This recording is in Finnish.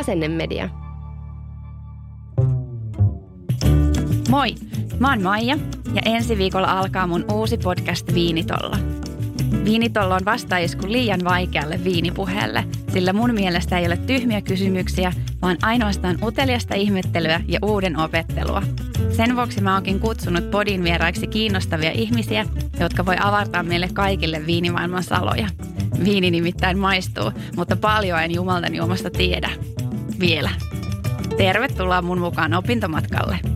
Asennemedia. Moi, mä oon Maija ja ensi viikolla alkaa mun uusi podcast Viinitolla. Viinitolla on vastaisku liian vaikealle viinipuheelle, sillä mun mielestä ei ole tyhmiä kysymyksiä, vaan ainoastaan uteliasta ihmettelyä ja uuden opettelua. Sen vuoksi mä oonkin kutsunut podin vieraiksi kiinnostavia ihmisiä, jotka voi avartaa meille kaikille viinimaailman saloja. Viini nimittäin maistuu, mutta paljon en jumalten juomasta tiedä. Vielä. Tervetuloa mun mukaan opintomatkalle.